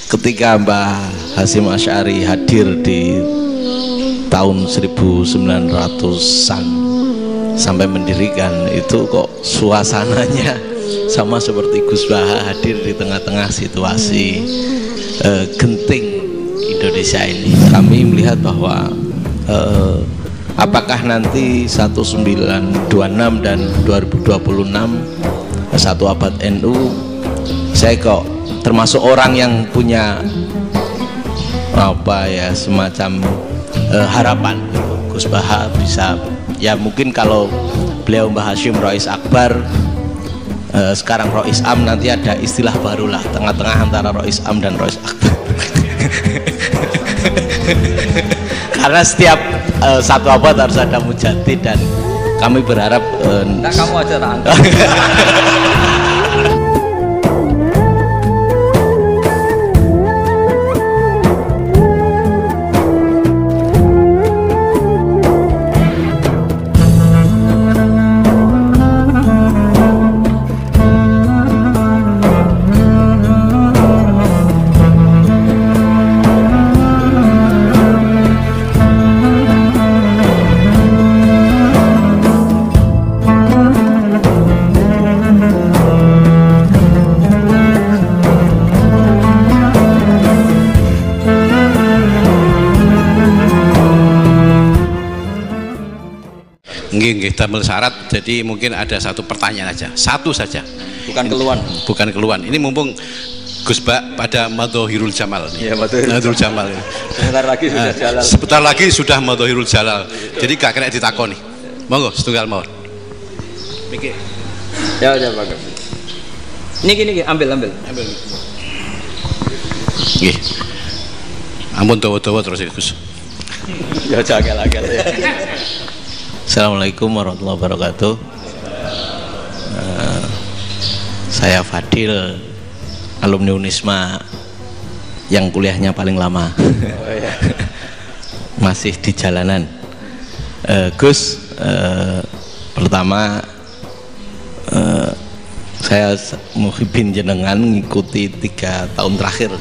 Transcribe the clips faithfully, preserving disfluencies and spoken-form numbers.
ketika Mbah Hasyim Asy'ari hadir di tahun seribu sembilan ratusan sampai mendirikan itu, kok suasananya sama seperti Gus Baha hadir di tengah-tengah situasi eh, genting Indonesia ini. Kami melihat bahwa eh, apakah nanti seribu sembilan ratus dua puluh enam dan dua ribu dua puluh enam satu abad N U, saya kok termasuk orang yang punya apa ya semacam uh, harapan gitu. Gus Baha bisa, ya mungkin kalau beliau Mbah Hasyim Rois Akbar, uh, sekarang Rois Am, nanti ada istilah barulah tengah-tengah antara Rois Am dan Rois Akbar. Karena setiap uh, satu abad harus ada mujadid, dan kami berharap uh, nah, kamu aja tak nggih damel syarat. Jadi mungkin ada satu pertanyaan aja, satu saja, bukan keluhan, bukan keluhan. Ini mumpung Gus Ba pada Madhohirul Jamal. Iya, Madhohirul Jamal. Sebentar lagi sudah jalal. Sebentar lagi sudah Madhohirul Jalal. Jadi gak kena ditakoni. Monggo setunggal mawon. Mikir. Ya, ya Pak. Niki niki ambil ambil. Ambil. Nggih. Ampun dawa-dawa terus Gus. Ya jagal-jagal ya. Assalamualaikum warahmatullahi wabarakatuh. Uh, saya Fadil, alumni Unisma yang kuliahnya paling lama. Oh, ya. Masih di jalanan. uh, Gus, uh, pertama uh, saya muhibin jenengan ngikuti tiga tahun terakhir.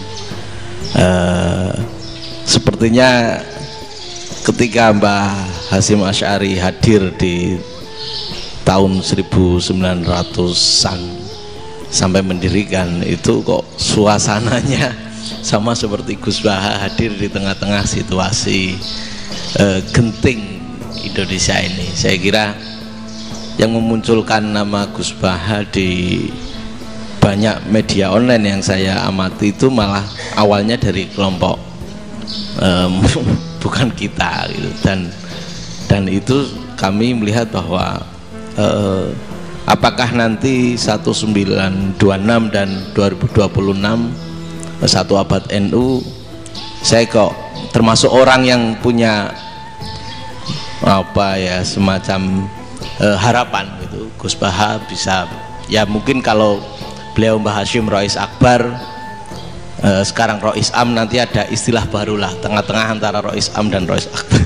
Uh, sepertinya ketika Mbah Hasyim Asy'ari hadir di tahun seribu sembilan ratusan sampai mendirikan itu, kok suasananya sama seperti Gus Baha hadir di tengah-tengah situasi uh, genting Indonesia ini. Saya kira yang memunculkan nama Gus Baha di banyak media online yang saya amati itu malah awalnya dari kelompok um, bukan kita gitu. dan dan itu kami melihat bahwa uh, apakah nanti seribu sembilan ratus dua puluh enam dan dua ribu dua puluh enam satu abad N U, saya kok termasuk orang yang punya apa ya semacam uh, harapan gitu. Gus Baha bisa, ya mungkin kalau beliau Mbah Hasyim Rois Akbar, uh, sekarang Rois Am, nanti ada istilah barulah tengah-tengah antara Rois Am dan Rois Akbar.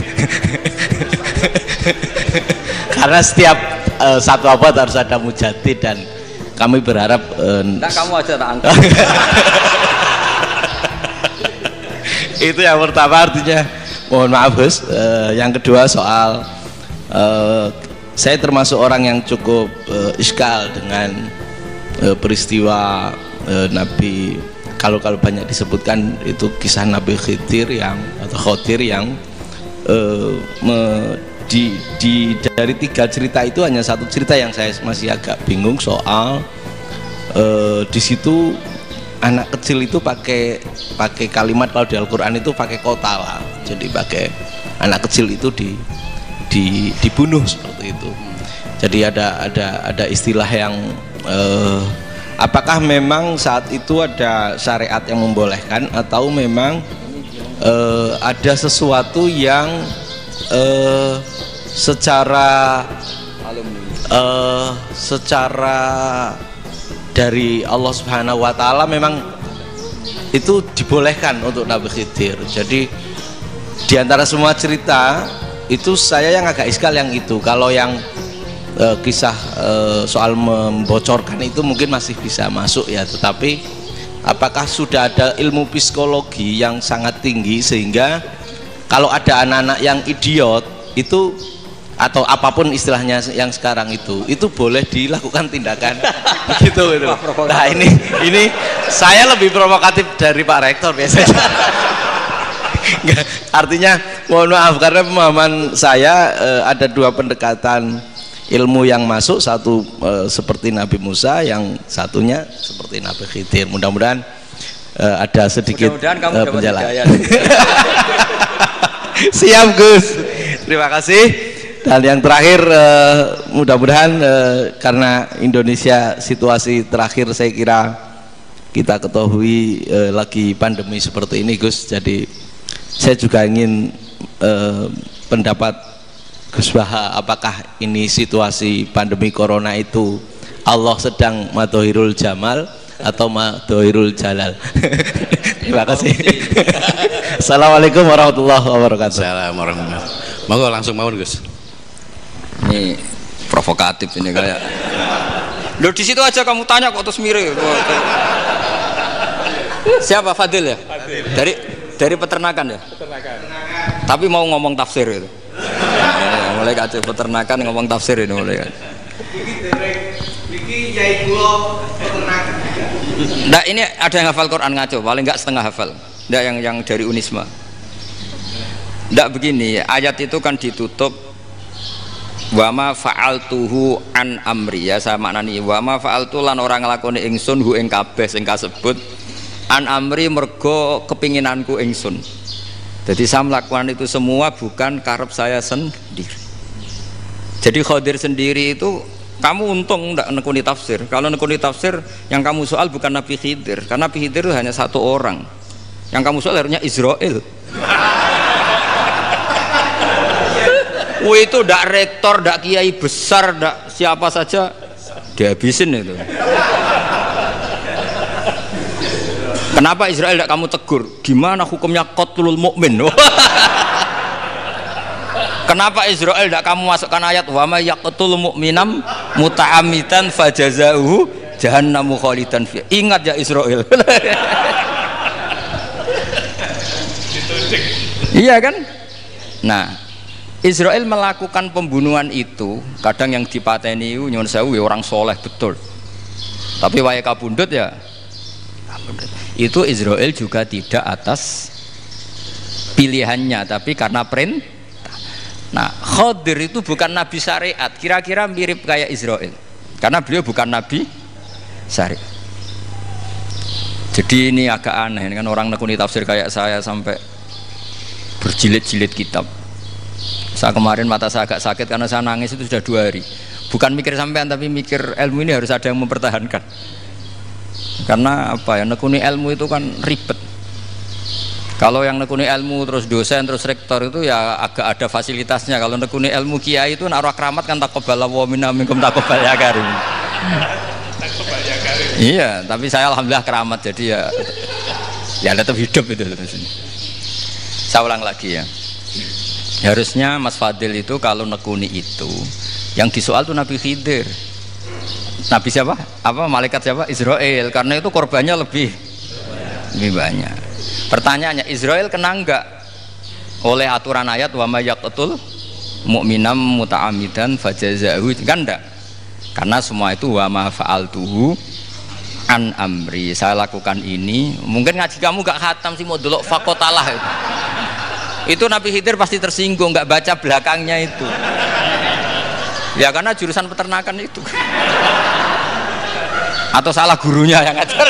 Karena setiap uh, satu abad harus ada mujadid, dan kami berharap uh, nah, kamu aja tak angkat. Itu yang pertama, artinya mohon maaf Gus. Uh, yang kedua soal uh, saya termasuk orang yang cukup uh, iskal dengan uh, peristiwa uh, Nabi, kalau kalau banyak disebutkan itu kisah Nabi Khidir yang atau Khodir yang uh, me, di, di dari tiga cerita itu hanya satu cerita yang saya masih agak bingung soal uh, di situ anak kecil itu pakai pakai kalimat, kalau di Al-Quran itu pakai kota lah, jadi pakai anak kecil itu di, di dibunuh seperti itu. Jadi ada ada ada istilah yang uh, apakah memang saat itu ada syariat yang membolehkan, atau memang uh, ada sesuatu yang uh, secara uh, secara dari Allah Subhanahu wa Ta'ala memang itu dibolehkan untuk Nabi Khidir. Jadi di antara semua cerita itu saya yang agak iskal yang itu. Kalau yang uh, kisah uh, soal membocorkan itu mungkin masih bisa masuk ya, tetapi apakah sudah ada ilmu psikologi yang sangat tinggi sehingga kalau ada anak-anak yang idiot itu atau apapun istilahnya yang sekarang itu itu boleh dilakukan tindakan gitu gitu. Nah ini ini saya lebih provokatif dari Pak Rektor biasanya. Nggak, artinya mohon maaf karena pemahaman saya eh, ada dua pendekatan ilmu yang masuk, satu eh, seperti Nabi Musa, yang satunya seperti Nabi Khidir. Mudah-mudahan eh, ada sedikit Mudah-mudahan kamu eh, dapat penjelasan. hidayah. Siap Gus, terima kasih. Dan yang terakhir eh, mudah-mudahan eh, karena Indonesia situasi terakhir saya kira kita ketahui eh, lagi pandemi seperti ini Gus, jadi saya juga ingin eh, pendapat Gus Baha, apakah ini situasi pandemi corona itu Allah sedang madhohirul jamal atau madhohirul jalal? Terima kasih. Assalamualaikum warahmatullahi wabarakatuh. Assalamualaikum warahmatullahi wabarakatuh. Monggo langsung mawon Gus. Ini provokatif ini kayak. Loh di situ aja kamu tanya kok terus mirip. Siapa Fadil ya? Fadil. Dari dari peternakan ya? Peternakan. Tapi mau ngomong tafsir itu. Nah, mulai kacau peternakan ngomong tafsir ini mulai kan. Iki yai kula peternakan. Nah, ini ada yang hafal Quran ngaco, paling enggak setengah hafal. Enggak yang yang dari Unisma. Enggak begini, ayat itu kan ditutup wa ma fa'altuhu an amri, ya saya maknani wa ma fa'altu lan orang nglakoni ingsun hu ing kabeh sing kasebut an amri mergo kepinginanku ingsun. Jadi saya melakukan itu semua bukan karep saya sendiri. Jadi Khadir sendiri itu kamu untung enggak nekuni tafsir. Kalau nekuni tafsir yang kamu soal bukan Nabi Khidir, karena Nabi Khidir itu hanya satu orang. Yang kamu soal harusnya Israel. Wah itu ndak rektor, ndak kiai besar, ndak siapa saja dihabisin itu. Kenapa Israel ndak kamu tegur? Gimana hukumnya qatlul mukmin? Kenapa Israel ndak kamu masukkan ayat wa may yaqtul mu'minam muta'ammidan fajazauhu jahannamu khalidan fiha? Ingat ya Israel. Iya kan? Nah, Israel melakukan pembunuhan itu, kadang yang dipateni nyuwun sewu orang soleh betul, tapi wae kabundut ya itu Israel juga tidak atas pilihannya, tapi karena perintah. Nah, Khadir itu bukan nabi syariat, kira-kira mirip kayak Israel karena beliau bukan nabi syariat. Jadi ini agak aneh, ini kan orang nekuni tafsir kayak saya sampai berjilid-jilid kitab. Saya kemarin mata saya agak sakit karena saya nangis itu sudah dua hari. Bukan mikir sampean tapi mikir ilmu ini harus ada yang mempertahankan. Karena apa ya, nekuni ilmu itu kan ribet. Kalau yang nekuni ilmu terus dosen terus rektor itu ya agak ada fasilitasnya. Kalau nekuni ilmu kiai itu naruh keramat kan taqabbal wa minna minkum taqabbal ya karim. Taqabbal ya karim. Iya, tapi saya alhamdulillah keramat jadi ya ya tetap hidup itu terus ini. Saya ulang lagi ya. Harusnya Mas Fadil itu kalau nekuni itu yang disoal tuh Nabi Khidir. Nabi siapa? Apa malaikat siapa? Israel. Karena itu korbannya lebih lebih banyak. Pertanyaannya, Israel kena enggak oleh aturan ayat wa may yaqtul mu'minam muta'ammidan fajazahu? Kan enggak. Karena semua itu wa ma fa'altuhu an amri. Saya lakukan ini. Mungkin ngaji kamu gak khatam sih mau delok fakotalah itu. Itu Nabi Khidir pasti tersinggung, nggak baca belakangnya itu ya karena jurusan peternakan itu atau salah gurunya yang ngajar.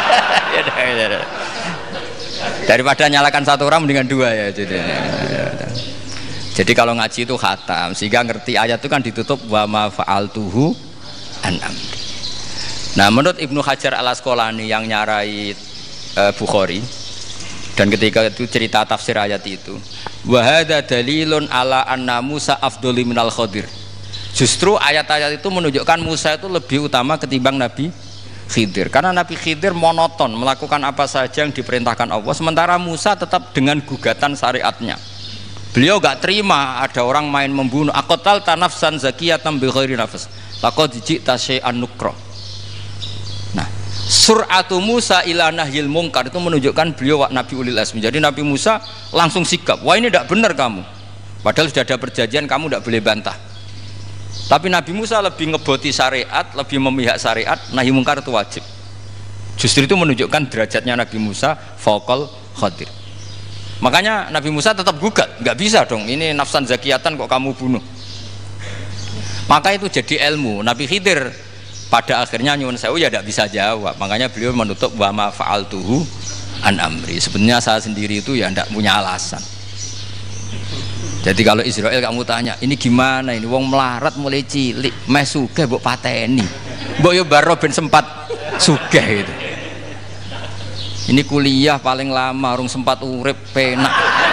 Daripada nyalakan satu orang mendingan dua ya jadi. Jadi kalau ngaji itu khatam sehingga ngerti ayat itu kan ditutup wa ma fa'altuhu an amri. Nah menurut Ibnu Hajar al Asqalani yang nyarai uh, Bukhari, dan ketika itu cerita tafsir ayat itu wa hadza dalilun ala anna Musa afdhalu minal Khadir. Justru ayat-ayat itu menunjukkan Musa itu lebih utama ketimbang Nabi Khidir, karena Nabi Khidir monoton melakukan apa saja yang diperintahkan Allah, sementara Musa tetap dengan gugatan syariatnya. Beliau gak terima ada orang main membunuh. Aqtal tanafsan zakiyatan bi ghairi nafs laqad ji'ta syai'an nukra. Nah, sur'atu Musa ila nahyil mungkar itu menunjukkan beliau Nabi ulil azmi. Jadi Nabi Musa langsung sikap, wah ini tidak benar kamu, padahal sudah ada perjanjian, kamu tidak boleh bantah. Tapi Nabi Musa lebih ngeboti syariat, lebih memihak syariat, nahi mungkar itu wajib. Justru itu menunjukkan derajatnya Nabi Musa fauqal Khadir. Makanya Nabi Musa tetap gugat, nggak bisa dong, ini nafsan zakiyatan kok kamu bunuh. Maka itu jadi ilmu. Nabi Khidir pada akhirnya nyuwun sewu ya tidak bisa jawab. Makanya beliau menutup wa ma fa'altuhu an amri. Sebenarnya saya sendiri itu ya tidak punya alasan. Jadi kalau Israel kamu tanya, ini gimana ini wong melarat mulai cilik, meh sugih mbok pateni. Mbok yo baro ben sempat sugih itu. Ini kuliah paling lama urung sempat urip penak.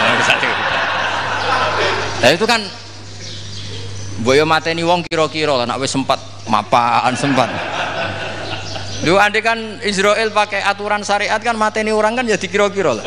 Nah itu kan boyo mateni wong kira-kira lah nek wis sempat mapan sempat. Lho andai kan Israel pakai aturan syariat kan mateni orang kan ya dikira-kira lah.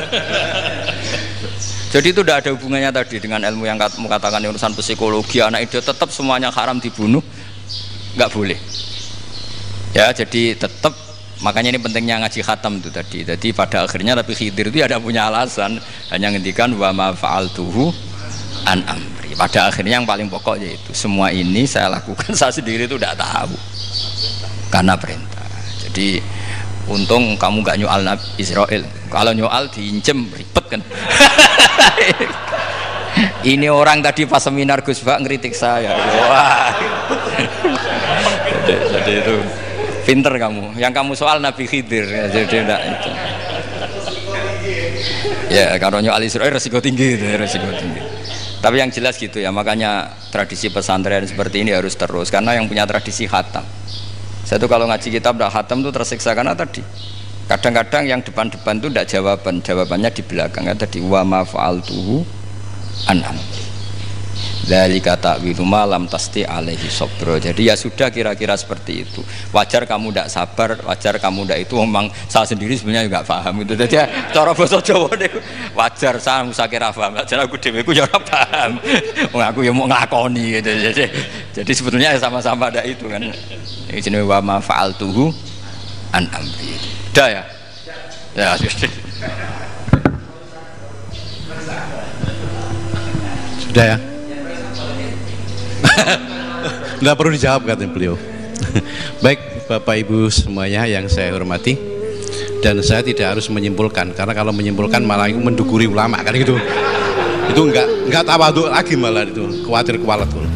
Jadi itu tidak ada hubungannya tadi dengan ilmu yang kamu katakan urusan psikologi anak itu tetap semuanya haram dibunuh, nggak boleh. Ya jadi tetap. Makanya ini pentingnya ngaji khatam itu tadi. Jadi pada akhirnya Nabi Khidir itu ada punya alasan, hanya ngendikan wa ma fa'altuhu an amri. Pada akhirnya yang paling pokok yaitu semua ini saya lakukan, saya sendiri itu tidak tahu karena perintah. Jadi untung kamu gak nyual Nabi Israel. Kalau nyual diincem ribet kan. Ini orang tadi pas seminar Gus Bak ngeritik saya. Wah. jadi, jadi itu pinter kamu, yang kamu soal Nabi Khidir ya, jadi enggak itu ya kalau nyoal Israel resiko tinggi itu, resiko tinggi. Tapi yang jelas gitu ya, makanya tradisi pesantren seperti ini harus terus, karena yang punya tradisi khatam, saya tuh kalau ngaji kitab udah khatam tuh tersiksa karena tadi kadang-kadang yang depan-depan tuh enggak jawaban, jawabannya di belakang ya, tadi wa ma fa'altuhu an amri dari kata wilu malam tasti alaihi sobro. Jadi ya sudah kira-kira seperti itu. Wajar kamu tidak sabar, wajar kamu tidak itu. Memang saya sendiri sebenarnya nggak paham itu. Jadi ya, cara bahasa Jawa deh. Wajar saya musa kira paham. Jadi aku deweku ya paham. Aku ya mau ngelakoni gitu. Jadi, jadi sebetulnya sama-sama ada itu kan. Ini jenis wa ma fa'altuhu an amri. Udah ya. Ya sudah. Sudah ya. Nggak perlu dijawab katanya beliau. Baik Bapak Ibu semuanya yang saya hormati, dan saya tidak harus menyimpulkan, karena kalau menyimpulkan malah itu menduguri ulama kan gitu. Itu nggak nggak tawadhu lagi, malah itu khawatir kualat.